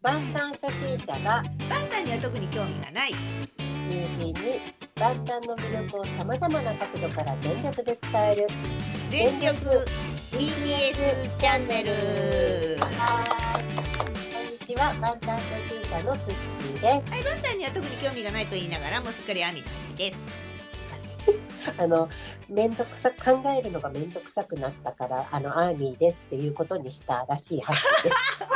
万端初心者がバンタンには特に興味がない友人に万端の魅力をさまざまな角度から全力で伝える全力 BTS チャンネル。 はい、こんにちは。万端初心者のツッキーです。 はい、バンタンには特に興味がないと言いながらもうすっかりアミなしです。 めんどくさ考えるのがめんどくさくなったからアーミーですっていうことにしたらしいはずです。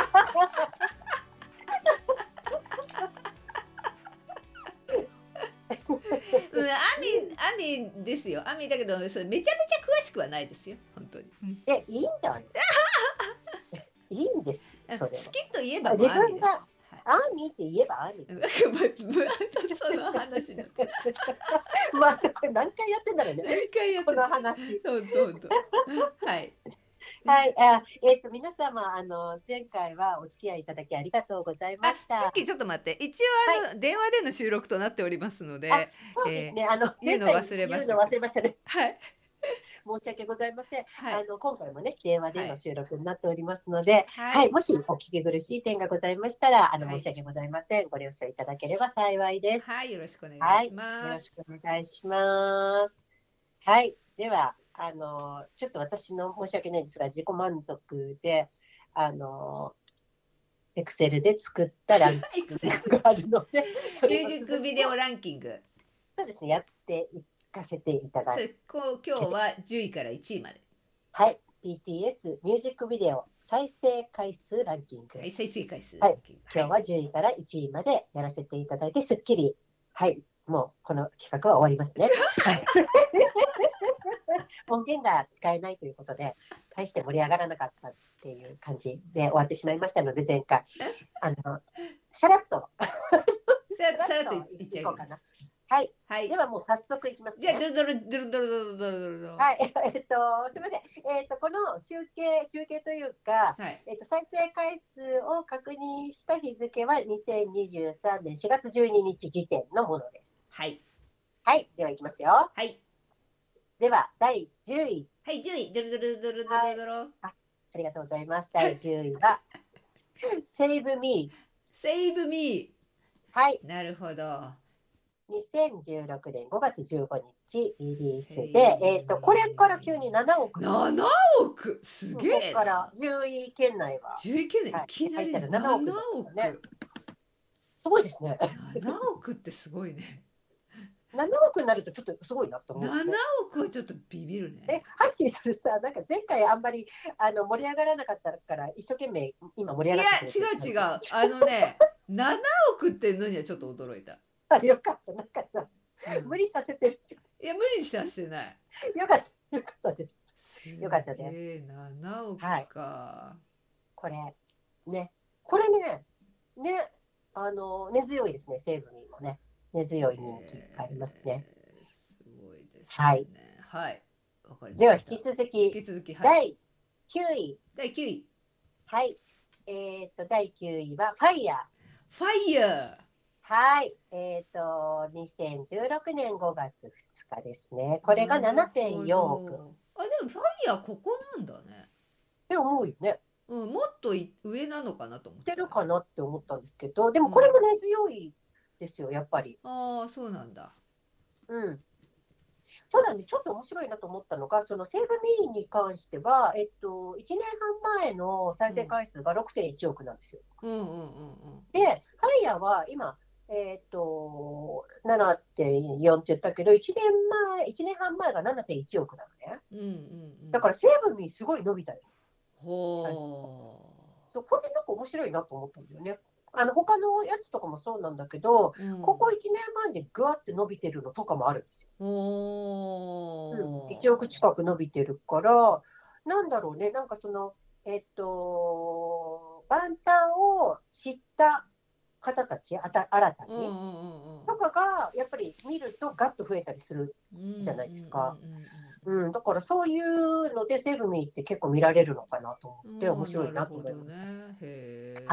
アミですよ。アミだけどそれめちゃめちゃ詳しくはないですよ本当に。 いいんだよ。いいんです。それ好きといえば自アミです。 分がアーミーって言えばアーミー。 その話になって。 まあこれ何回やってんだろうね。 何回やってこの話。 本当。はい。 はい、皆様前回はお付き合いいただきありがとうございました。 さっきちょっと待って、一応電話での収録となっておりますので、 そうですね。 言うの忘れましたね。はい。 申し訳ございません。 はい、 今回もね電話での収録になっておりますので、はい、もしお聞き苦しい点がございましたら申し訳ございません。ご了承いただければ幸いです。 はい、よろしくお願いします。 よろしくお願いします。はい、ではちょっと私の申し訳ないんですが自己満足でエクセルで作ったランキングがあるのでミュージックビデオランキング、 そうですね、やっていかせていただいて、 今日は10位から1位まで。 はい、BTS ミュージックビデオ再生回数ランキング、 はい、再生回数ランキング、今日は10位から1位までやらせていただいて、すっきり、はい、もうこの企画は終わりますね。音源が使えないということで大して盛り上がらなかったっていう感じで終わってしまいましたので、前回さらっといこうかな。はい、はい、ではもう早速いきます、ね。 じゃあドロドロドロドロドロドロドロ。 はい、すみません。この集計というか、 はい、 再生回数を確認した日付は2023年4月12日時点のものです。 はい。 はい、ではいきますよ。 はい。 では第10位。 はい、10位ドロドロドロドロドロ。 ありがとうございます。第10位はSave Me。Save Me。 はい。 なるほど。 2016年5月15日リリースで、これから急に7億。 7億すげえ。 ここから10位圏内は。 10位圏内、いきなり7億。 すごいですね。 7億ってすごいね。 7億になるとちょっとすごいなと思う、ね。 7億はちょっとビビるね。 ハッシーそれさ、なんか前回あんまり盛り上がらなかったから一生懸命今盛り上がってくれてる。 いや違う7億っていうのにはちょっと驚いた。 よかった、なんかさ、無理させてる。 いや無理させてない。 よかったです。よかったです。 7億か、 はい。これね根強いですね。セーブミーもね、根強い人気がありますね。 すごいですね。 はい。 はい。わかりました。 では引き続き、第9位。 第9位。 はい。第9位はファイヤー。 ファイヤー。 はい。2016年5月2日ですね。これが 7.4 億。 でもファイヤーここなんだね。 って思うよね。 もっと上なのかなと思って。 てるかなって思ったんですけど、でもこれも根強いですよ、やっぱり。 ああ、そうなんだ。 うん。ただね、ちょっと面白いなと思ったのが、そのセーブミーに関しては、1年半前の再生回数が 6.1 億なんですよ。で、ファイヤーは今、7.4 って言ったけど、1年半前が 7.1 億なのね。だからセーブミーすごい伸びたよ。そう、これなんか面白いなと思ったんだよね。他のやつとかもそうなんだけど、ここ1年前でぐわって伸びてるのとかもあるんですよ。1億近く伸びてるから、なんだろうね、なんかその、万端を知った方たち、新たに、とかが、やっぱり見るとガッと増えたりするじゃないですか。だからそういうので、セーブミーって結構見られるのかなと思って、面白いなと思いました。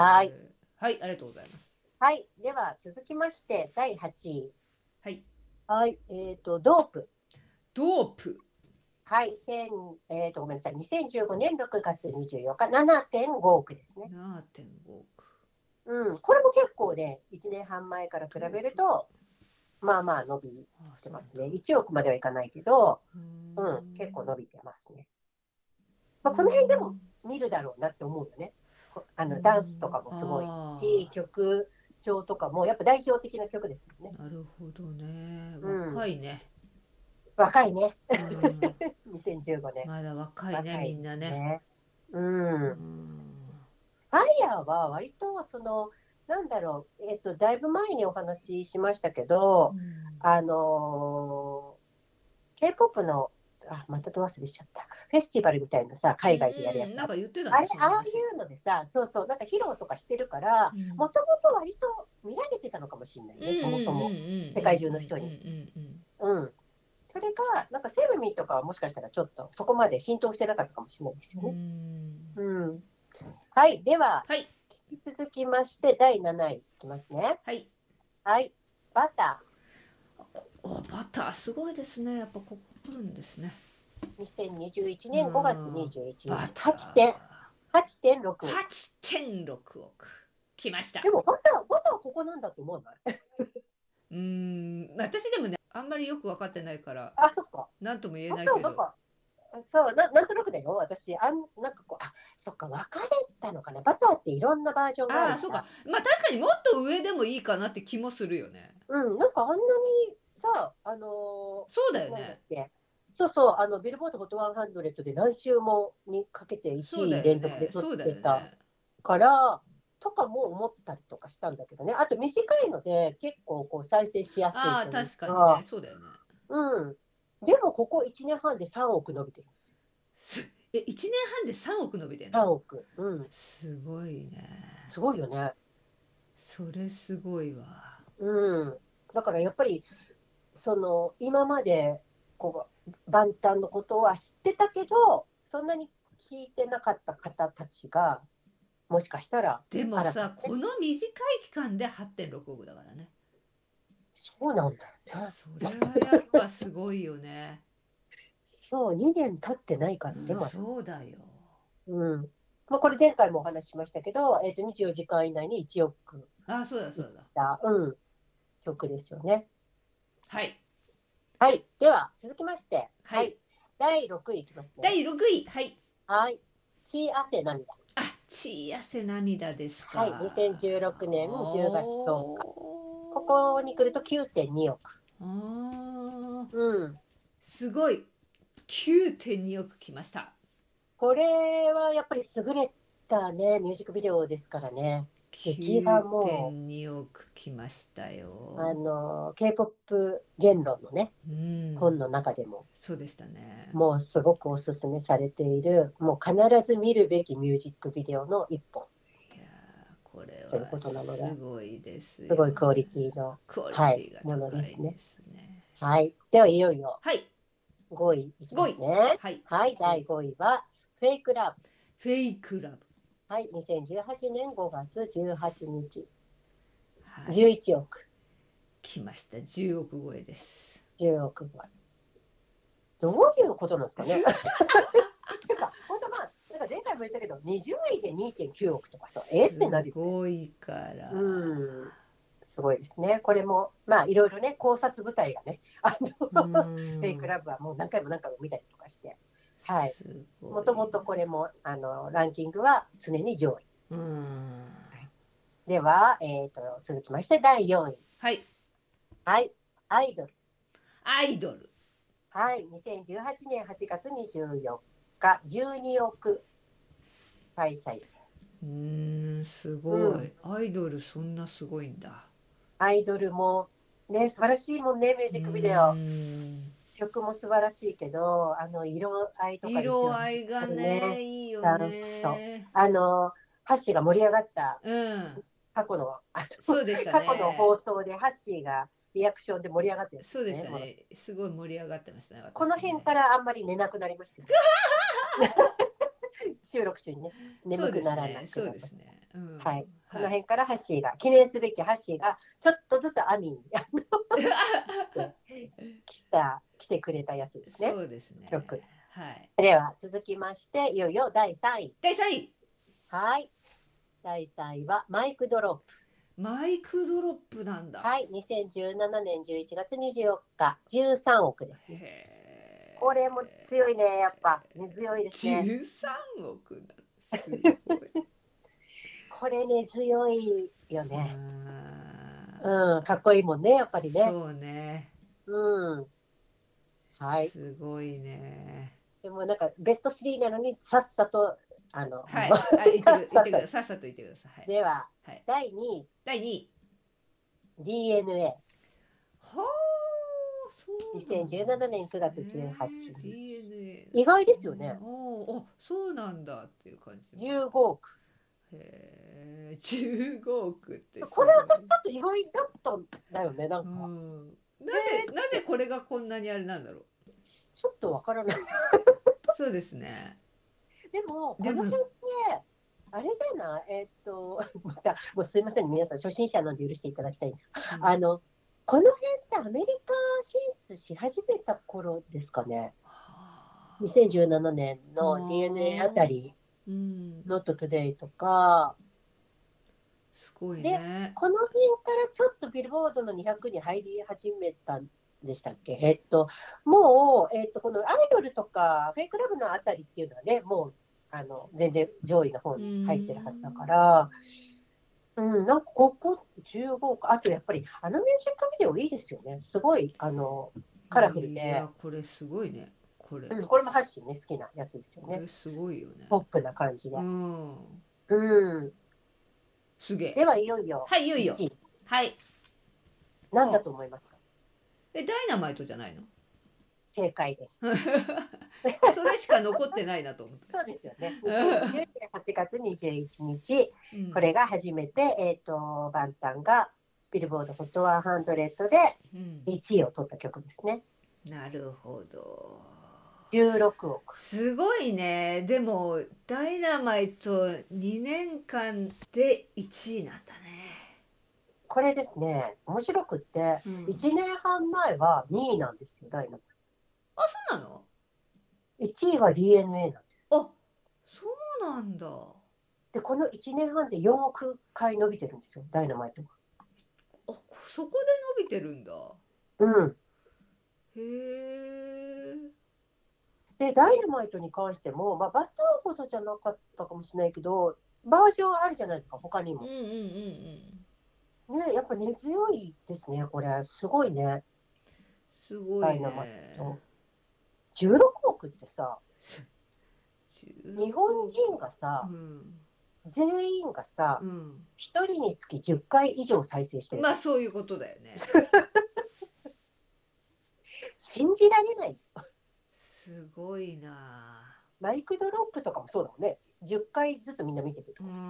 はい。 はい、ありがとうございます。 はい、では続きまして、第8位。 はい。 はい、ドープ。 ドープ。 はい、ごめんなさい、2015年6月24日、7.5 億ですね。 7.5億。 これも結構ね、1年半前から比べると、まあまあ伸びてますね。1億まではいかないけど、結構伸びてますね。まあ、この辺でも見るだろうなって思うよね。ダンスとかもすごいし、曲調とかもやっぱ代表的な曲ですもんね。 なるほどね。若いね。 若いね。2015年。 まだ若いね、みんなね。 ファイヤーは割となんだろう、だいぶ前にお話ししましたけど、K-POP のまたど忘れしちゃった。フェスティバルみたいなさ、海外でやるやつ。 なんか言ってたね。ああいうのでさ、そうそう、なんか披露とかしてるから、もともと割と見られてたのかもしれないね、そもそも。世界中の人に。それが、なんかセルミとかはもしかしたらちょっとそこまで浸透してなかったかもしれないですよね。はい、では、引き続きまして、第7位いきますね。はい、バター。バター、すごいですね。やっぱここ来るんですね。 2021年5月21日、8.6億。 8.6億。来ました。 でもバターはここなんだと思わない私でもね、あんまりよく分かってないから。 そっか。 なんとも言えないけど。 そう、なんとなくだよ、私。なんかこう、そっか、分かれたのかな。バターっていろんなバージョンがあるんだ。 そうか。まあ確かにもっと上でもいいかなって気もするよね。 なんかあんなにさ、 そうだよね。 そうそう、ビルボードHOT100で何週もにかけて1位連続で取ってたから、とかも思ってたりとかしたんだけどね。あと短いので結構こう再生しやすいというか。 確かにね、そうだよね。 でもここ1年半で3億伸びてるんですよ。 1年半で3億伸びてるの？ 3億。 すごいね。 すごいよね。 それすごいわ。 だからやっぱり今までこう万端のことは知ってたけど、そんなに聞いてなかった方たちがもしかしたら。 でもさ、この短い期間で 8.6 億だからね。 そうなんだよね。 それはやっぱすごいよね。 そう、2年経ってないからね、 そうだよ。 まあ、これ前回もお話ししましたけど、24時間以内に1億。 そうだそうだ。 曲ですよね。 はい。 はい。では、続きまして、第6位いきますね。 第6位。 はい。血汗涙。 血汗涙ですか。 はい。2016年10月10日。ここに来ると 9.2 億。 すごい。9.2 億きました。 これはやっぱり優れたね、ミュージックビデオですからね。 出来がもう 9.2 億きましたよ。 K-POP 言論のね、本の中でもそうでしたね。 もうすごくおすすめされている、もう必ず見るべきミュージックビデオの一本。 これはすごいですよ。 すごいクオリティのものですね。はい。ではいよいよ5位いきますね。はい。第5位はフェイクラブ。 フェイクラブ。 はい。2018年5月18日。11億。 きました。10億超えです。 10億超え。どういうことなんですかね。てか本当なんか前回も言ったけど、20位で 2.9 億とかさ、ってなるよね。 すごいから。 すごいですね。これもまあいろいろね、考察部隊がね、フェイクラブはもう何回も見たりとかして、はい。もともとこれもランキングは常に上位。では、続きまして第4位。はい。はい。アイドル。 アイドル。 はい。2018年8月24日、12億回再生。 すごい。アイドルそんなすごいんだ。 アイドルもね、素晴らしいもんね、ミュージックビデオ。曲も素晴らしいけど、色合いとかですよね。 色合いがね、いいよね。 ダンスと。ハッシーが盛り上がった、過去の、 そうでしたね。 過去の放送でハッシーがリアクションで盛り上がってる、 そうでしたね。すごい盛り上がってましたね。 この辺からあんまり寝なくなりましたよね。収録中にね、眠くならなくなりました。そうですね。はい。この辺からハッシーが、記念すべきハッシーが、ちょっとずつアミに来てくれたやつですね。 そうですね。 曲。 はい。 では続きまして、いよいよ第3位。 第3位。 はい。 第3位はマイクドロップ。 マイクドロップなんだ。 はい、2017年11月24日、13億ですね。これも強いね、やっぱ、根強いですね。 13億だ。すごい。 これ根強いよね。うん、かっこいいもんね、やっぱりね。 そうね。 うん。はい。 すごいね。 でもなんかベスト3なのにさっさとはい。言ってください。さっさと言ってください。 では、 はい、 第2位。 第2位。 DNA。 はあ、そう 2017年9月18日。 DNA。 意外ですよね。 お、そうなんだっていう感じ。 15億。 へえ、15億ってこれ私ちょっと意外だったんだよね、なんか。 なぜこれがこんなにあれなんだろう。 ちょっとわからない。 そうですね。 でもこの辺ってあれじゃない、またもうすいません、皆さん初心者なんで許していただきたいんです。この辺ってアメリカ進出し始めた頃ですかね。2017年の DNA あたり、Not Today とか。 すごいね。 で、この辺からちょっとビルボードの200に入り始めたんでしたっけ。もう、このアイドルとかフェイクラブのあたりっていうのはね、もう全然上位の方に入ってるはずだから、なんかここ15億、あとやっぱりミュージックビデオいいですよね。すごいカラフルで。 いや、これすごいね。これもハッシーね、好きなやつですよね。 これすごいよね。 ポップな感じで。 すげえ。 ではいよいよ。 はい、いよいよ。はい。 何だと思いますか？ ダイナマイトじゃないの？ 正解です。 それしか残ってないなと思って。 そうですよね。2020年8月21日、これが初めて、バンタンがビルボードHOT100で1位を取った曲ですね。 なるほど。 16億。 すごいね。でもダイナマイト2年間で1位なんだね。 これですね、面白くって、1年半前は2位なんですよ、ダイナマイト。 あ、そうなの ？1位は DNA なんです。 あ、そうなんだ。 で、この1年半で4億回伸びてるんですよ、ダイナマイトが。 あ、そこで伸びてるんだ。へえ。 で、ダイナマイトに関しても、バターほどじゃなかったかもしれないけど、バージョンあるじゃないですか、他にも。ね、やっぱ根強いですね、これ。すごいね。 すごいね。ダイナマイト。 16億ってさ、日本人がさ、全員がさ、1人につき10回以上再生してる。 まあそういうことだよね。 信じられない。 すごいな。 マイクドロップとかもそうだもんね。10回ずつみんな見てるとか。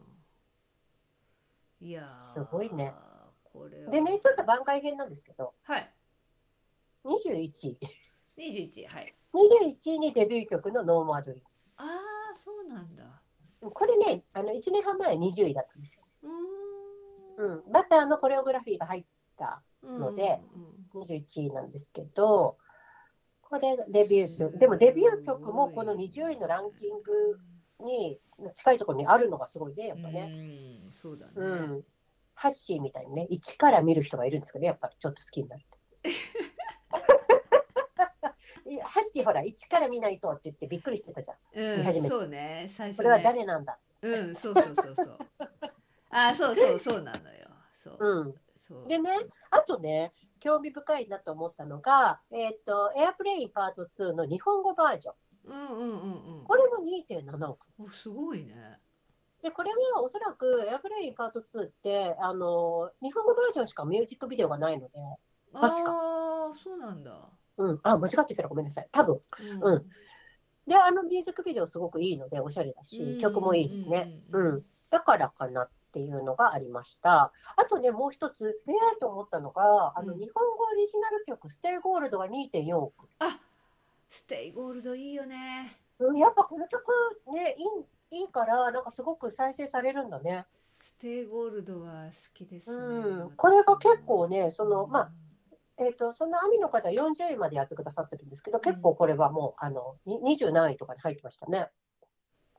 いやすごいね。でね、ちょっと番外編なんですけど、 はい、 21位。 21位、はい。 21位にデビュー曲のノーマードリーム。 ああ、そうなんだ。 これね、1年半前は20位だったんですよ。バターのコレオグラフィーが入ったので、21位なんですけど、これデビュー曲。でもデビュー曲もこの20位のランキングに近いところにあるのがすごいね、やっぱね。 そうだね。 ハッシーみたいにね、一から見る人がいるんですけどね、やっぱりちょっと好きになると。ハッシーほら、一から見ないとって言ってびっくりしてたじゃん。見始めて。 そうね、最初ね。 これは誰なんだ。 そう。あ、そうなのよ。 でね、あとね、興味深いなと思ったのが、エアプレインパート2の日本語バージョン。これも 2.7 億。 すごいね。 で、これはおそらくエアプレインパート2って、日本語バージョンしかミュージックビデオがないので、確か。 ああ、そうなんだ。 間違ってたらごめんなさい。多分。で、ミュージックビデオすごくいいので、おしゃれだし、曲もいいしね。だからかなっていうのがありました。あとね、もう一つ、と思ったのが、日本語オリジナル曲、ステイゴールドが 2.4 億。 あ、ステイゴールドいいよね。 やっぱこの曲ね、いいから、なんかすごく再生されるんだね。 ステイゴールドは好きですね。 これが結構ね、そのアミの方は40位までやってくださってるんですけど、結構これはもう20何位とかに入ってましたね。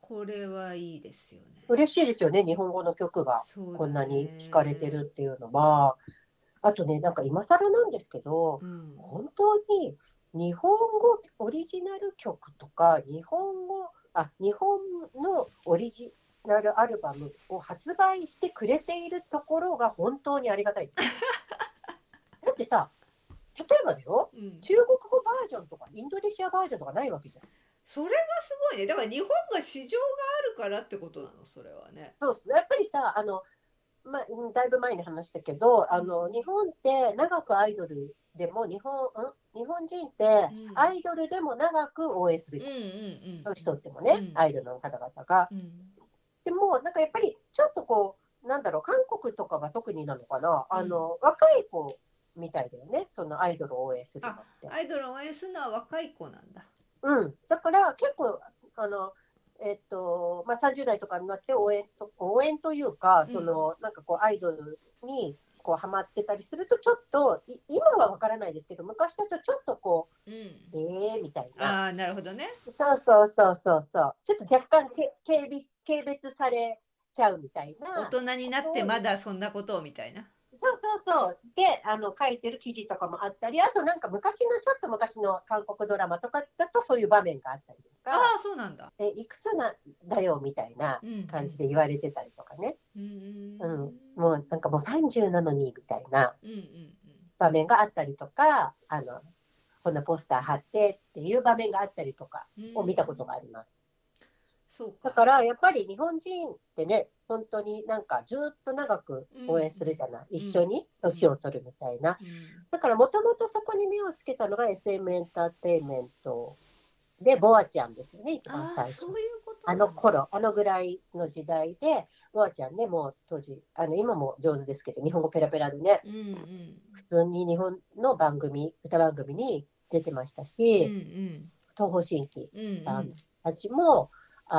これはいいですよね。 嬉しいですよね、日本語の曲がこんなに聴かれてるっていうのは。あとね、なんか今更なんですけど、本当に日本語オリジナル曲とか、日本のオリジナルアルバムを発売してくれているところが本当にありがたいです。だってさ、例えばだよ、中国語バージョンとかインドネシアバージョンとかないわけじゃん。 それがすごいね。だから日本が市場があるからってことなの、それはね。 そうですね。やっぱりさ、だいぶ前に話したけど、日本って長くアイドルでも日本人ってアイドルでも長く応援するじゃん。そういう人ってもね、アイドルの方々が。でも、なんかやっぱりちょっとこう、なんだろう、韓国とかは特になのかな、若い子みたいだよね、そのアイドルを応援するのって。 アイドルを応援するのは若い子なんだ。 だから結構、30代とかになって応援というか、なんかこうアイドルにこうハマってたりすると、ちょっと今は分からないですけど、昔だとちょっとこう、みたいな。 なるほどね。 そうそうそうそうそう。ちょっと若干軽蔑されちゃうみたいな。 大人になってまだそんなことをみたいな。 そうそうそう。で、書いてる記事とかもあったり、あとなんかちょっと昔の韓国ドラマとかだとそういう場面があったりとか。 そうなんだ。 いくつなんだよみたいな感じで言われてたりとかね。もうなんかもう30なのにみたいな場面があったりとか、こんなポスター貼ってっていう場面があったりとかを見たことがあります。だからやっぱり日本人ってね、本当になんかずっと長く応援するじゃない、一緒に年を取るみたいな。だからもともとそこに目をつけたのが SM エンターテインメントで、ボアちゃんですよね、一番最初。あの頃、あのぐらいの時代で、ボアちゃんね、もう当時、今も上手ですけど、日本語ペラペラでね、普通に日本の歌番組に出てましたし、東方神起さんたちも、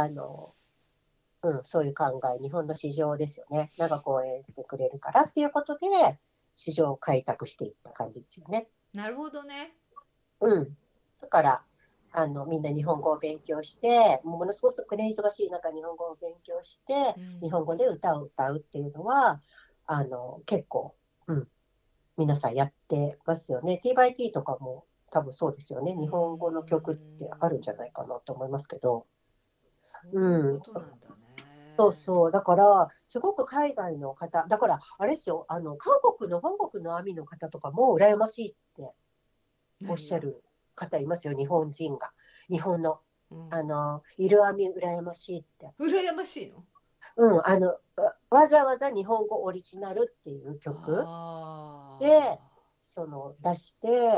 そういう考え、日本の市場ですよね、長く応援してくれるからっていうことで、市場を開拓していった感じですよね。 なるほどね。 だから、みんな日本語を勉強して、ものすごくね、忙しい中、日本語を勉強して、日本語で歌を歌うっていうのは、結構、皆さんやってますよね。T/T とかも多分そうですよね。日本語の曲ってあるんじゃないかなと思いますけど。 そういうことなんだね。 そうそう。だから、すごく海外の方、だから、あれですよ、本国のアミの方とかも羨ましいっておっしゃる方いますよ、日本人が。日本の、イルアミ羨ましいって。 羨ましいの？ わざわざ日本語オリジナルっていう曲で、出して、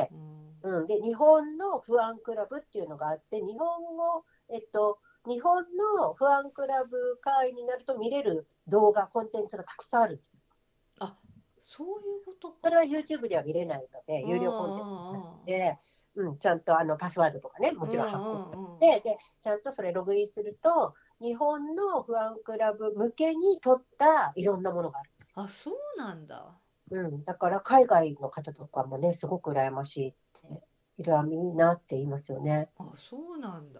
で、日本のファンクラブっていうのがあって、日本のファンクラブ会員になると見れる動画、コンテンツがたくさんあるんですよ。 そういうことか。 それは YouTube では見れないので、有料コンテンツになって、ちゃんとパスワードとかね、もちろん発行して、で、ちゃんとそれログインすると、日本のファンクラブ向けに撮ったいろんなものがあるんですよ。 そうなんだ。 だから海外の方とかもね、すごく羨ましいって、いるいいなって言いますよね。 そうなんだ。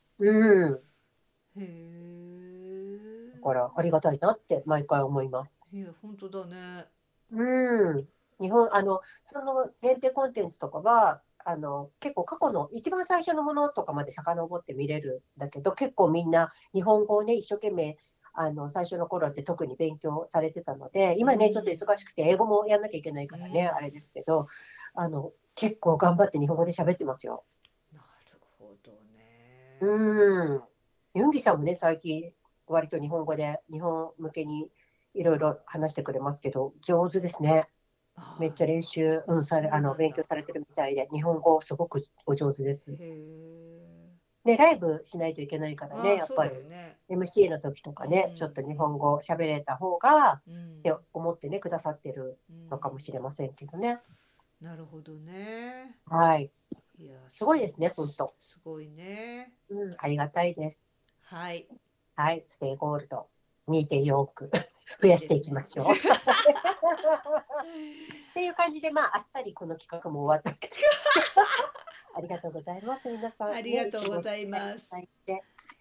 へえ。 だからありがたいなって毎回思います。 いや、本当だね。 日本、その限定コンテンツとかは、結構過去の一番最初のものとかまで遡って見れるんだけど、結構みんな日本語をね、一生懸命、最初の頃って特に勉強されてたので、今ね、ちょっと忙しくて英語もやんなきゃいけないからね、あれですけど、結構頑張って日本語で喋ってますよ。 なるほどね。 ユンギさんもね、最近、割と日本語で、日本向けにいろいろ話してくれますけど、上手ですね。めっちゃ練習、勉強されてるみたいで、日本語すごくお上手です。で、ライブしないといけないからね、やっぱり、MC の時とかね、ちょっと日本語喋れた方が、って思ってね、くださってるのかもしれませんけどね。 なるほどね。 はい。 いや、 すごいですね、本当。 すごいね。 ありがたいです。 はい。 はい、ステイゴールド 2.4 億増やしていきましょう。っていう感じで、あっさりこの企画も終わったけど。ありがとうございます、皆さん。 ありがとうございます。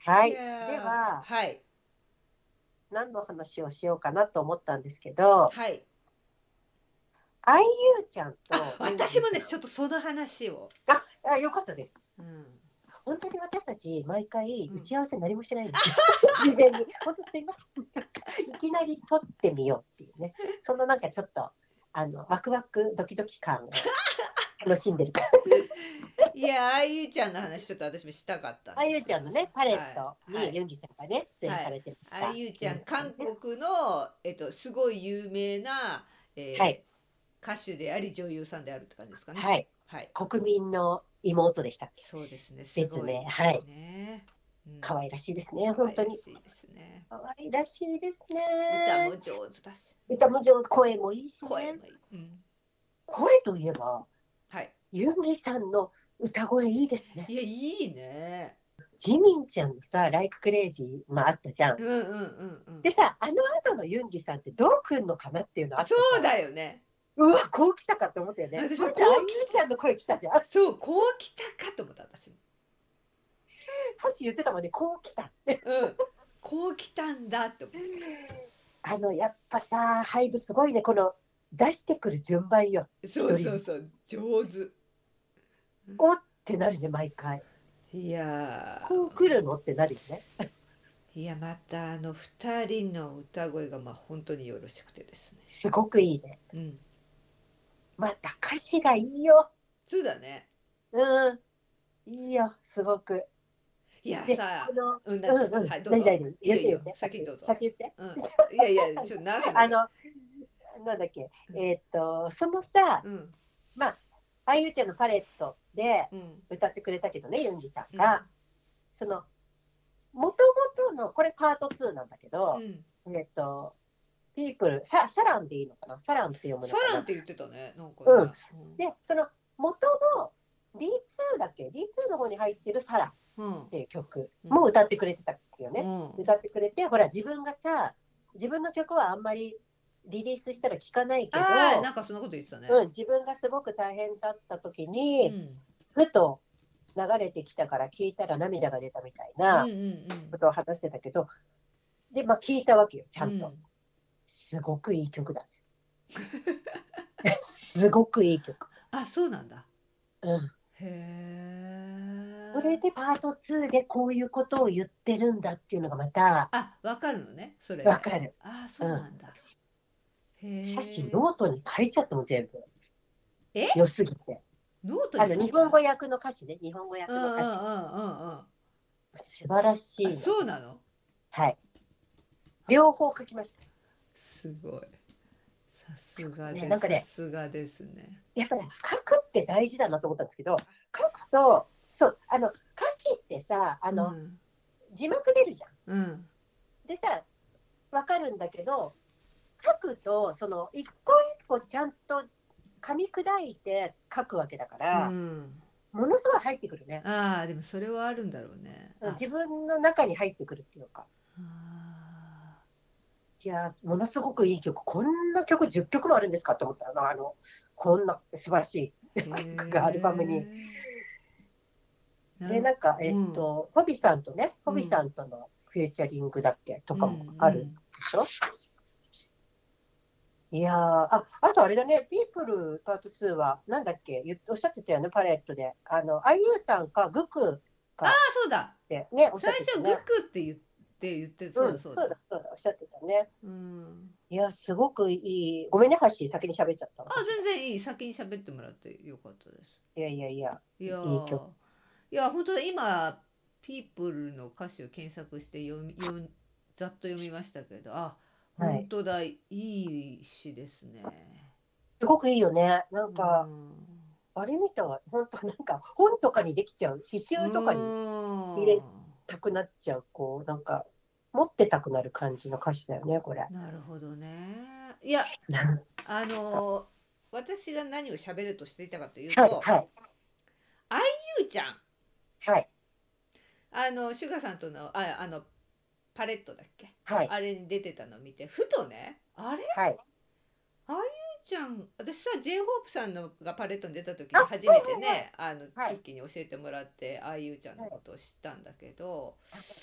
はい。 いやでは、 はい。 何の話をしようかなと思ったんですけど、 はい。 あいゆうちゃんあ、 とゆん私もね、 ぎさん。 ちょっとその話を。 よかったです。 うん。 本当に私たち、毎回うん。 打ち合わせ何もしてないんですよ。事前に。本当すいません。いきなり撮ってみようっていうね。そのなんかちょっと、ワクワク、ドキドキ感を楽しんでるから。 いや、あゆうちゃんの話ちょっと私もしたかったんあゆうですよ。 ちゃんのね、パレッはい。 トはい。 にユンギさんがね、出演はい。 されてあたゆうちゃん、 件ですよ韓ね。 国の、すごい有名な、 はい。 歌手であり女優さんであるって感じですかね。 はい。 はい。 国民の妹でしたっけ？ そうですね。す別名。 ごいはい。 ね。うん。 可愛らしいですね、 可本当に。 愛らしいですね。 可愛らしいですね。 歌も上手だし、 歌も上手、声もいいしね。 声もいい。うん。 声といえば、 はい。 ユンギさんの歌声いいですね。 いや、いいね。 ジミンちゃんのさ、ライククレイジー、あったじゃん。 うんうんうんうん。 でさ、あの後のユンギさんってどう来んのかなっていうのあっそうてさ、 だよね。 うわ、こう来たかって思ったよね。 私もこまずあゆうきちゃんの声来たじゃん。 そう、こうきたかと思った、私も。 ハッシー言ってたもんね、こう来たって。 うん。こうきたんだって思っやっぱさ、ハイブすごいね、この出してくる順番よ。 た。そう一人ずつ。 そうそう、上手。 おってなるね、毎回。 いやこう来るのってなるよね。 いや、また二人の歌声が本当によろしくてですね。 すごくいいね。 うん。 また歌詞がいいよ。 そうだね。 うん、いいよ、すごく。 いやで、 さ、 この、 うん、なんですか。 うんうん、 はい、どうぞ。 何々、 いいよいいよ。 言って言って、 先にどうぞ。 先言って。 うん。いやいや、ちょっと長くなる。 あの、なんだっけ、 うんそのさ、 うん。 まあ、あゆちゃんのパレットでうん。 歌ってくれたけどね、ユンギさんうん。 が、その、もともとの、これパート2なんだけど、 うん。 えっと、ピープル、サランでいいのかな、サランって読むのサかな。 ランって言ってたね。なんかね。 うん。 うん。 で、その元の D2 だっけ ?D2 の方に入ってるサラうんっていう曲うんも歌ってくれてたよね。 うん。 歌ってくれて、ほら、自分がさ、自分の曲はあんまりリリースしたら聴かないけああ、など、 んかそんなこと言ってたね。 うん、自分がすごく大変だった時に、 うん。 ふと流れてきたから聴いたら涙が出たみたいうんうなんことを話してたけど、で、まあ聞いたわけよ、ちうん。 ゃんと。 うん。 すごくいい曲だね。すごくいい曲。 あ、そうなんだ。 うん。 へえ。 それでパート2でこういうことを言ってるんだっていうのがまたあ、わかるのね、それで。 わかる。 あ、そうん。 うなんだ。 歌詞へえ。 ノートに書いちゃっても全部。 え、 良すぎて。 ノートに書いた？ 日本語訳の歌詞ね。日本語うんうんうん訳の歌詞。 うんうん。 素晴らしあ、 いの。 そうなの？ はい。両方書きました。 すごい。さすがね、 です。 なんかね、 さすがですね。 やっぱり書くって大事だなと思ったんですけど、書くと、そう、歌詞ってさ、 うん。 字幕出るじゃうん。 ん。でさ、わかるんだけど、書くと、その、一個一個ちゃんと噛み砕いて書くわけだかうら、 ん。 ものすごい入ってくるね。 ああ、でもそれはあるんだろうね。あ、 自分の中に入ってくるっていうか。 あいや、ものすごくいい曲。こんな曲10曲もあるんですかと思ったの。こんな素晴らしいー、 曲がアルバムに。 へえ。 で、なんか、 うん。 ホビさんとね、ホビさうん。 んとのフューチャリングだっけとうん。 かもあるうん。 でしょ。いやー、あとあれだね、ピープルパート2は、なんだっけ、おっしゃってたよね、パレットで。IU さんか、グクああ、 かそうだ。 ってね、おっしゃ最初グってたね。 クって言って、そううん、 だそうだ。 おっしゃってたね。 うん。 いや、すごくいい。ごめんね、ハッシー、先に喋っちゃった、 あ、 私が。 全然いい。先に喋ってもらってよかったです。 いやいやいや、 いやいい曲。 ー、いや、本当だ、今、ピープルの歌詞を検索してざっと読みましたけど、あ、 はい。 本当だ、いい詩ですね。 すごくいいよね。なんうか、 ん。 あれ見たわ。本当なんか、本とかにできちゃう。刺う繍とかに入れーん。 たくなっちゃう。こう、なんか、持ってたくなる感じの歌詞だよね、これ。 なるほどね。いや、 なんあの私が何を喋るとしていたかというはい、 と、 はい、 ゆうちゃん、 はい、 シュガさんとの、パレットだっけ？ はい、 あれに出てたのを見て、ふとね、あれはい。 あゆうちゃん、私さ、J ホープさんのがパレットに出た時あ、 にはい、 初めてはい、 ね、 はい、 チッキーに教えてもらって、あゆうちゃんのはい。 ことを知ったんだけど、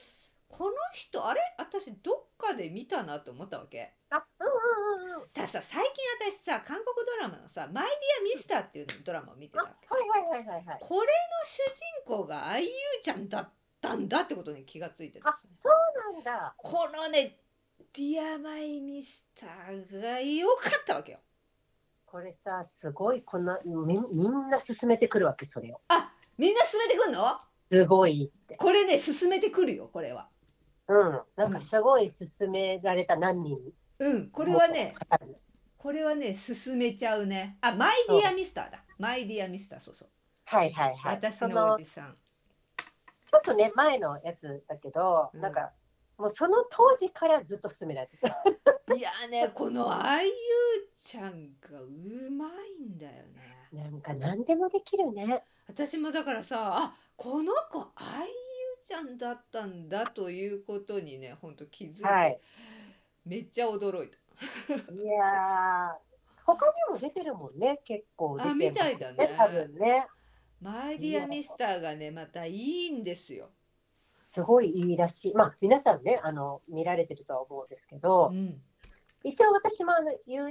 この人あれ私どっかで見たなと思ったわけ。 あ、 たださ、最近私さ韓国ドラマのさ「マイ・ディア・ミスター」っていうドラマを見てたわけ。 はいはいはいはいはい。 これの主人公が IU ちゃんだったんだってことに気がついてるんあ、 ですね。 そうなんだ。 このね「ディア・マイ・ミスター」が良かったわけよ。 これさ、すごい、みんな進めてくるわけ、それを。 あ、みんな進めてくんの？ すごいって。 これね進めてくるよこれは。 なんかすごい進められた何人これはね方に。 これはね進めちゃうね。あ、マイ・ディア・ミスターだ。マイ・ディア・ミスター、そうそう。 はいはいはい。 私のおじさん。 ちょっとね、前のやつだけど、なんか、もうその当時からずっと進められてる。 いやね、このIUちゃんがうまいんだよね。 なんか何でもできるね。 私もだからさ、あ、この子 IU ちゃんだったんだということにね、ほんと気づいて、 はい、 めっちゃ驚いた。 いやー、他にも出てるもんね、結構出てますね。 みたいだね。 多分ね。 マイディアミスターがね、またいいんですよ。 すごいいいらしい。まあ、皆さんね、見られてるとは思うんですけど、一応私も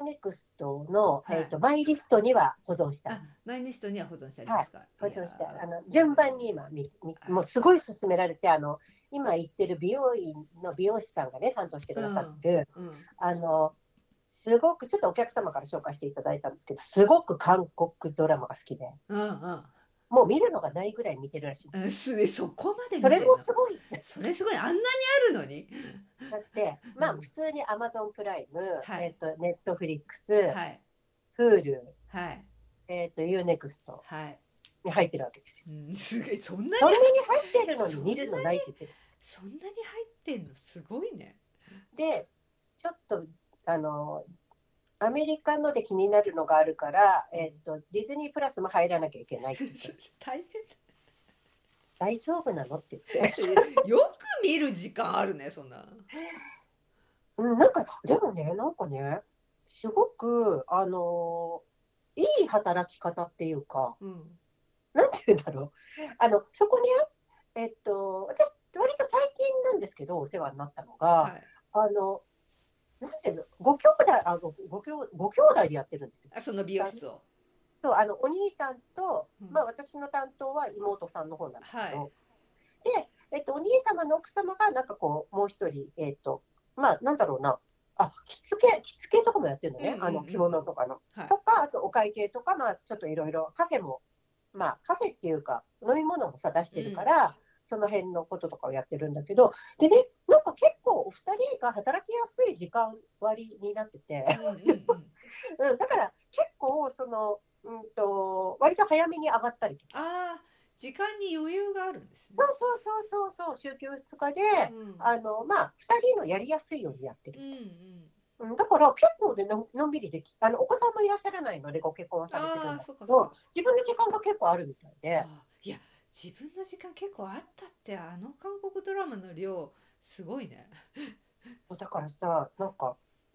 UNEXT の、マイリストには保存してあります。 マイリストには保存してありますか？ はい、保存して順番に今もうすごい勧められて、今行ってる美容院の美容師さんがね、担当してくださってる、すごくちょっとお客様から紹介していただいたんですけど、すごく韓国ドラマが好きで、もう見るのがないぐらい見てるらしいです。 そこまで見てる。それもすごい。 それすごい、あんなにあるのに。 だってまあ普通に Amazon プライム、Netflix、Hulu、UNEXT に入ってるわけですよ。 すごい、そんなに入ってるのに見るのないって言ってる。 そんなに入ってんのすごいね。 で、ちょっとアメリカので気になるのがあるから、ディズニープラスも入らなきゃいけないって言って。 大変。 大丈夫なのって言って。 よく見る時間あるね、そんな。 なんかでもね、なんかね、すごくいい働き方っていうか、なんていうんだろう。そこね、私割と最近なんですけどお世話になったのが、なんていうの、ご兄弟でやってるんですよ。 その美容室を。 そう、お兄さんと、まあ私の担当は妹さんの方なんですけど、で、お兄様の奥様がなんかこうもう一人、まあなんだろうな、着付けとかもやってるのね、着物とかの、とか、あとお会計とか、まあちょっといろいろカフェも、まあカフェっていうか飲み物もさ出してるから、その辺のこととかをやってるんだけど、でね、なんか結構お二人が働きやすい時間割になってて、だから結構割と早めに上がったりとか。 時間に余裕があるんですね。 そう、週休2日で、まあ2人のやりやすいようにやってる。だから結構でのんびりでき、お子さんもいらっしゃらないのでご結婚はされてるんだけど、自分の時間が結構あるみたいで。 いや、自分の時間結構あったって、韓国ドラマの量すごいね。 だからさ、なんか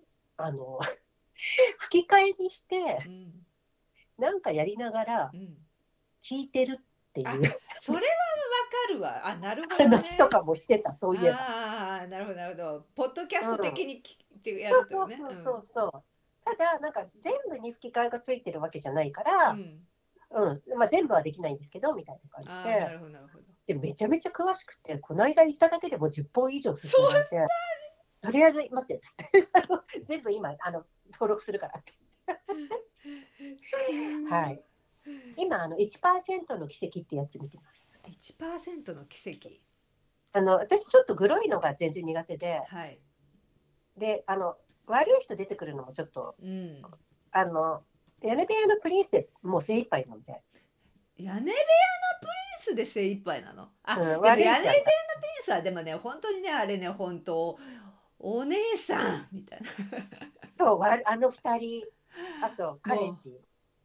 吹き替えにして、なんかやりながら聞いてるっていう、 それはわかるわ。なるほどね。 話とかもしてた、そういえば。 なるほどなるほど。ポッドキャスト的に聞いてやるとね。 そう。ただなんか全部に吹き替えがついてるわけじゃないから、まあ全部はできないんですけどみたいな感じで。 なるほどなるほど。 でめちゃめちゃ詳しくて、この間行っただけでも10本以上進められて、とりあえず待って全部今登録するからって。はい。今1% の奇跡ってやつ見てます。 1% の奇跡。 私ちょっとグロいのが全然苦手で、で悪い人出てくるのもちょっと、屋根部屋のプリンスでもう精一杯なので。 屋根部屋のプリンスで精一杯なの？でも屋根部屋のプリンスはでもね、本当にね、あれね、本当お姉さんみたいな。 そう、2人、あと彼氏。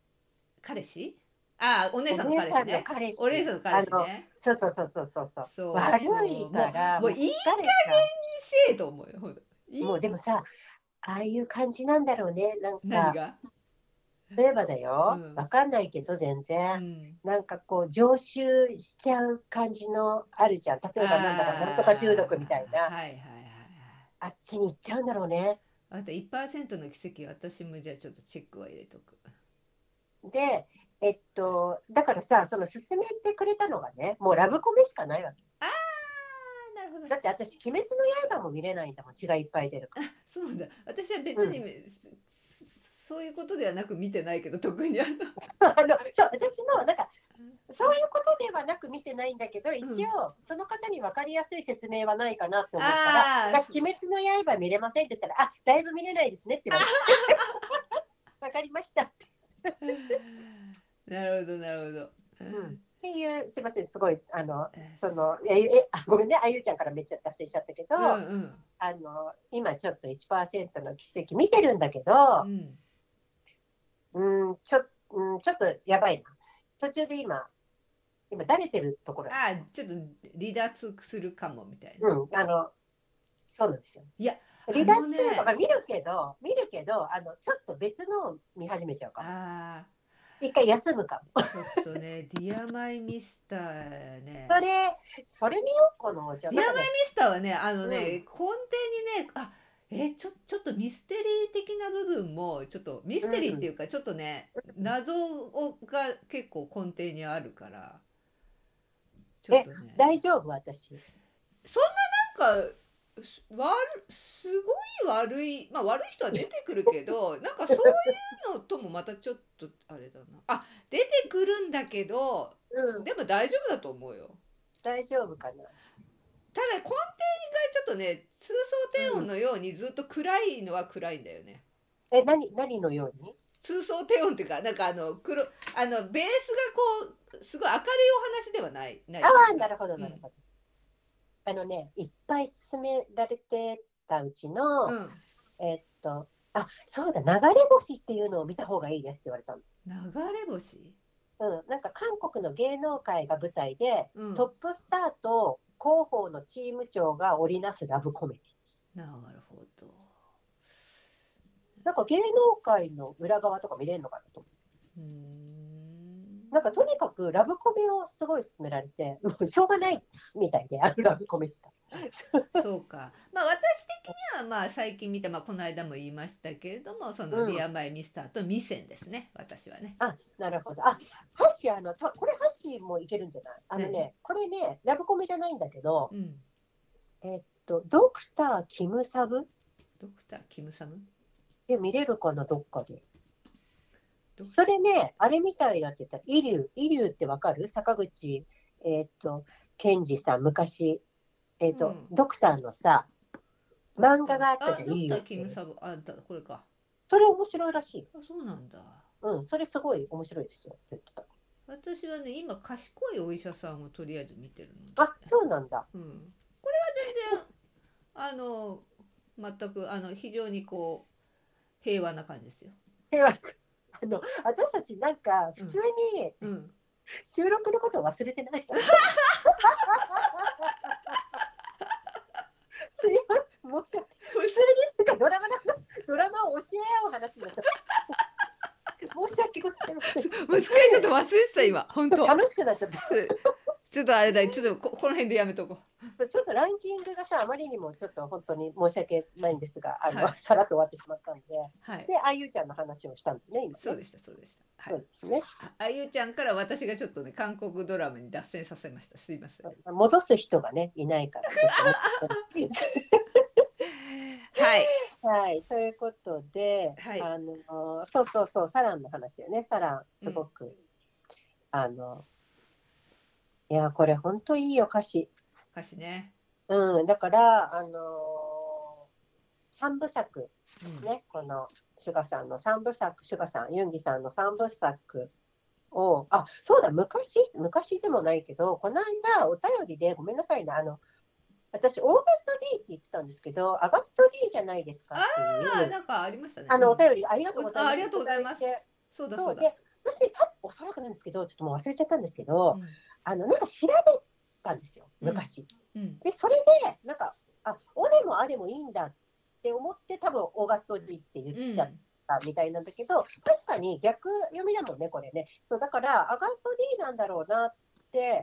お姉さんの彼氏ね。お姉さんの彼氏ね。 そう。悪いから、 もういい加減にせえと思うよ。 もうでもさ、ああいう感じなんだろうね、なんか。 何が？ 例えばだよ、わかんないけど全然、なんかこう常習しちゃう感じのあるじゃん。例えばなんだろう、なんとか中毒みたいな、あっちに行っちゃうんだろうね。 あと 1% の奇跡、私もじゃあちょっとチェックは入れとく。 で、だからさ、その勧めてくれたのがね、もうラブコメしかないわけ。 あー、なるほど。 だって私、鬼滅の刃も見れないんだもん、血がいっぱい出るから。 そうだ。私は別に、そういうことではなく見てないけど、特にそう、私もなんかそういうことではなく見てないんだけど、一応その方に分かりやすい説明はないかなと思ったら、私鬼滅の刃見れませんって言ったら、あ、だいぶ見れないですねって言われて分かりましたってなるほどなるほど、 っていう、すいません、すごいごめんね、あゆちゃんからめっちゃ達成しちゃったけど、今ちょっと 1% の奇跡見てるんだけど、ちょっとやばいな。途中で今だれてるところちょっと離脱するかもみたいな。 そうなんですよ。 いや、 離脱するとか見るけど、ちょっと別の見始めちゃうかも。一回休むかも。ちょっとね、ディアマイミスターね。 それ見よう、この。 ディアマイミスターはね、根底にね、ちょっとミステリー的な部分も、ちょっとミステリーっていうか、ちょっとね、謎が結構根底にあるから。 ちょっとね、大丈夫私。 そんななんかすごい悪い、まあ悪い人は出てくるけどなんかそういうのともまたちょっとあれだな。出てくるんだけど、でも大丈夫だと思うよ。 大丈夫かな。 ただ根底がちょっとね、通奏低音のようにずっと暗いのは暗いんだよね。 何のように？ 通奏低音っていうか、なんかベースがこうすごい明るいお話ではない。 なるほどなるほど。いっぱい勧められてたうちの、そうだ、流れ星っていうのを見た方がいいですって言われたの。 流れ星？ なんか韓国の芸能界が舞台で、トップスターと広報のチーム長が織りなすラブコメディ。 なるほど。 なんか芸能界の裏側とか見れるのかなと思う。なんかとにかくラブコメをすごい勧められて、もうしょうがないみたいで、ラブコメしか。 そうか。まあ私的にはまあ最近見た、この間も言いましたけれども、そのディアマイミスターとミセンですね、私はね。 なるほど。ハッシー、これハッシーもいけるんじゃない？これね、ラブコメじゃないんだけど、ドクターキムサブ？ ドクターキムサム？ 見れるかな、どっかで。それね、あれみたいだって言ったら、イリュウってわかる？坂口、健二さん、昔、ドクターのさ、漫画があったじゃん、 ドクターキムサブ、これか。 それ面白いらしい。 そうなんだ。 それすごい面白いですよ、言ってた。 私はね、今、賢いお医者さんをとりあえず見てるの。 そうなんだ。 これは全然、全く、非常にこう、平和な感じですよ。 平和私たちなんか普通に収録のことを忘れてないさ。すいません、申し訳ない。普通にドラマを教え合う話になっちゃった。申し訳ございません。 もうすっかりちょっと忘れてた今、本当。 楽しくなっちゃった。 ちょっとあれだ、ちょっとこの辺でやめとこう。 ちょっとランキングがさ、あまりにもちょっと本当に申し訳ないんですが、さらっと終わってしまったんで、で、あゆちゃんの話をしたんですね、今ね。 そうでした。そうですね。 あゆちゃんから私がちょっとね、韓国ドラマに脱線させました。すいません。 戻す人がね、いないから。はい、ということで、そう、サランの話だよね。サラン、すごく、いや、これ本当いいよ、歌詞。 歌詞ね。 だから、3部作、ね、このシュガさんの3部作、シュガさん、ユンギさんの3部作を、そうだ、昔でもないけど、この間お便りで、ごめんなさいね、私、オーガスト D って言ってたんですけど、アガスト D じゃないですかっていう。 なんかありましたね。 お便りありがとうございます。 ありがとうございます。そうだ。 で、私、おそらくなんですけど、ちょっともう忘れちゃったんですけど、なんか調べたんですよ、昔。で、それで、なんか、おでもあでもいいんだって思って、多分、オーガスト D って言っちゃっったみたいなんだけど、確かに逆読みだもんね、これね。そうだからアガスト D なんだろうなって、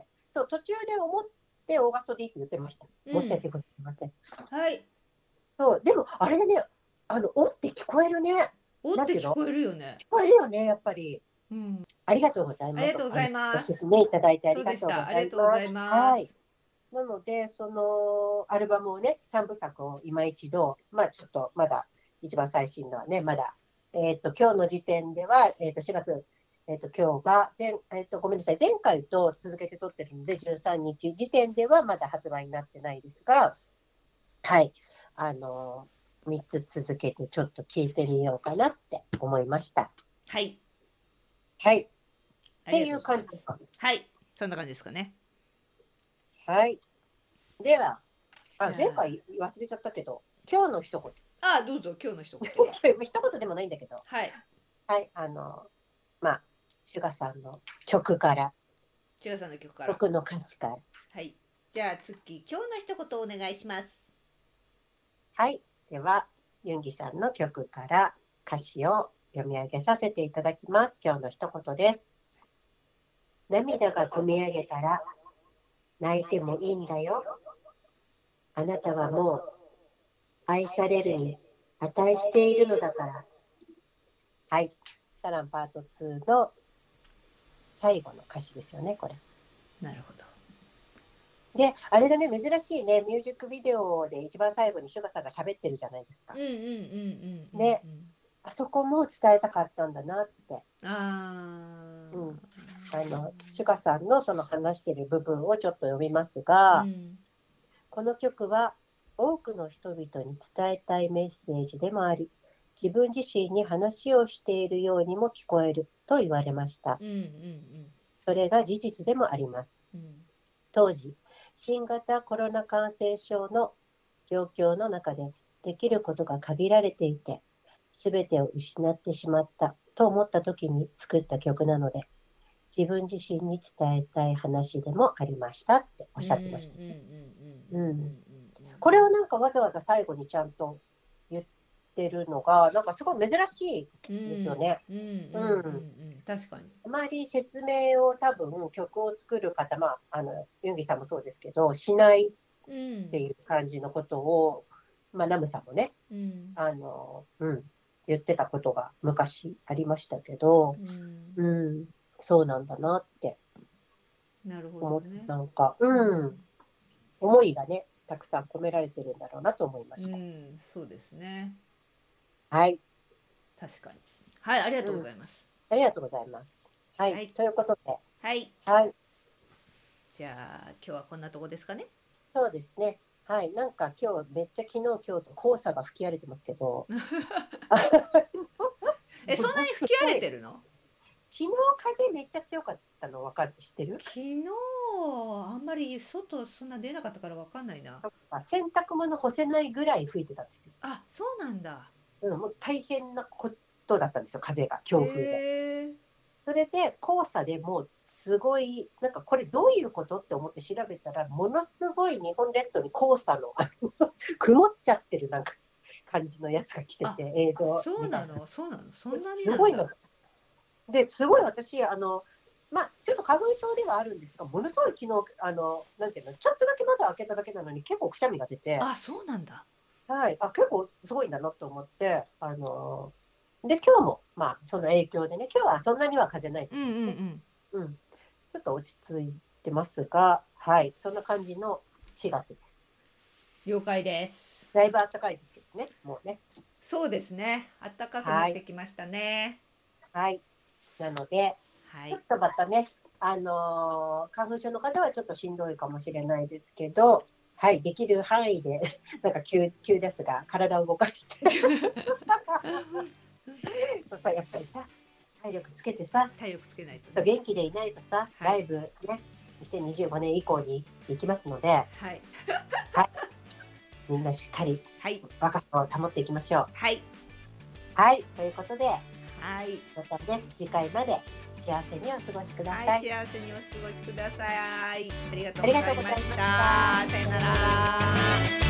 そう途中で思ってオーガスト D って言ってました。申し訳ございません。 はい。 そうでもあれだね、おって聞こえるね。 おって聞こえるよね。 聞こえるよね、やっぱり。 うん。 ありがとうございます。 ありがとうございます。 ね、いただいてあそうでしりがとうございます。 た。ありがとうございます。 はい。なので、そのアルバムをね、3部作を今一度、まあちょっとまだ一番最新のはね、まだ、今日の時点では、4月、今日がごめんなさい、前回と続けて撮ってるので、13日時点ではまだ発売になってないですが、はい、3つ続けてちょっと聞いてみようかなって思いました。 はい。 はい。っていう感じですかね。 はい、そんな感じですかね。 はい。では、前回忘れちゃったけど、今日の一言。 どうぞ、今日の一言。 一言でもないんだけど。 はい。 はい、まあ、シュガさんの曲から。 シュガさんの曲から。 曲の歌詞から。 はい。じゃあ、次、今日の一言お願いします。 はい。では、ユンギさんの曲から歌詞を読み上げさせていただきます。今日の一言です。涙がこみ上げたら、泣いてもいいんだよ。あなたはもう愛されるに値しているのだから。はい。サランパート2の最後の歌詞ですよね、これ。 なるほど。 で、あれだね、珍しいね、ミュージックビデオで一番最後にシュガさんが喋ってるじゃないですか。ね、あそこも伝えたかったんだなって。シュガさんのその話してる部分をちょっと読みますが、この曲は多くの人々に伝えたいメッセージでもあり、自分自身に話をしているようにも聞こえると言われました。それが事実でもあります。当時、新型コロナ感染症の状況の中でできることが限られていて、すべてを失ってしまったと思った時に作った曲なので、自分自身に伝えたい話でもありましたっておっしゃってました。これをなんかわざわざ最後にちゃんと言ってるのがなんかすごい珍しいですよね。 確かに。 あまり説明を多分曲を作る方、ユンギさんもそうですけどしないっていう感じのことを、ナムさんもね、言ってたことが昔ありましたけど、そうなんだなって思って、なんか、思いがねたくさん込められてるんだろうなと思いました。 そうですね。 はい。 確かに。はい、ありがとうございます。 ありがとうございます。はい。ということで。 はい。 はい。 じゃあ今日はこんなとこですかね。 そうですね。はい。なんか今日めっちゃ昨日今日と黄砂が吹き荒れてますけど。 そんなに吹き荒れてるの？ 昨日風めっちゃ強かったの分かる？知ってる？ 昨日あんまり外そんな出なかったから分かんないな。 洗濯物干せないぐらい吹いてたんですよ。 あ、そうなんだ。 もう大変なことだったんですよ、風が強風で。それで黄砂でもうすごいなんかこれどういうことって思って調べたら、ものすごい日本列島に黄砂の曇っちゃってるなんか感じのやつが来てて、映像。 そうなの？そんなにすごいの。ですごい私ちょっと花粉症ではあるんですが、ものすごい昨日なんていうの、ちょっとだけ窓開けただけなのに結構くしゃみが出て。 あ、そうなんだ。 はい、結構すごいんだなと思って、で今日もその影響でね、今日はそんなには風ないですよね。ちょっと落ち着いてますが、はい、そんな感じの4月です。 了解です。 だいぶ暖かいですけどね、もうね。 そうですね、暖かくなってきましたね。 はい、なので、ちょっとまたね、花粉症の方はちょっとしんどいかもしれないですけど、はい、できる範囲でなんか急ですが体を動かしてそうさ、やっぱりさ体力つけてさ、 体力つけないと、 元気でいないとさ、ライブね2025年以降に行きますので、はい、みんなしっかり若さを保っていきましょう。はい、はい、ということで、はい、またね次回まで幸せにお過ごしください。 はい、幸せにお過ごしください。ありがとうございました。さよなら。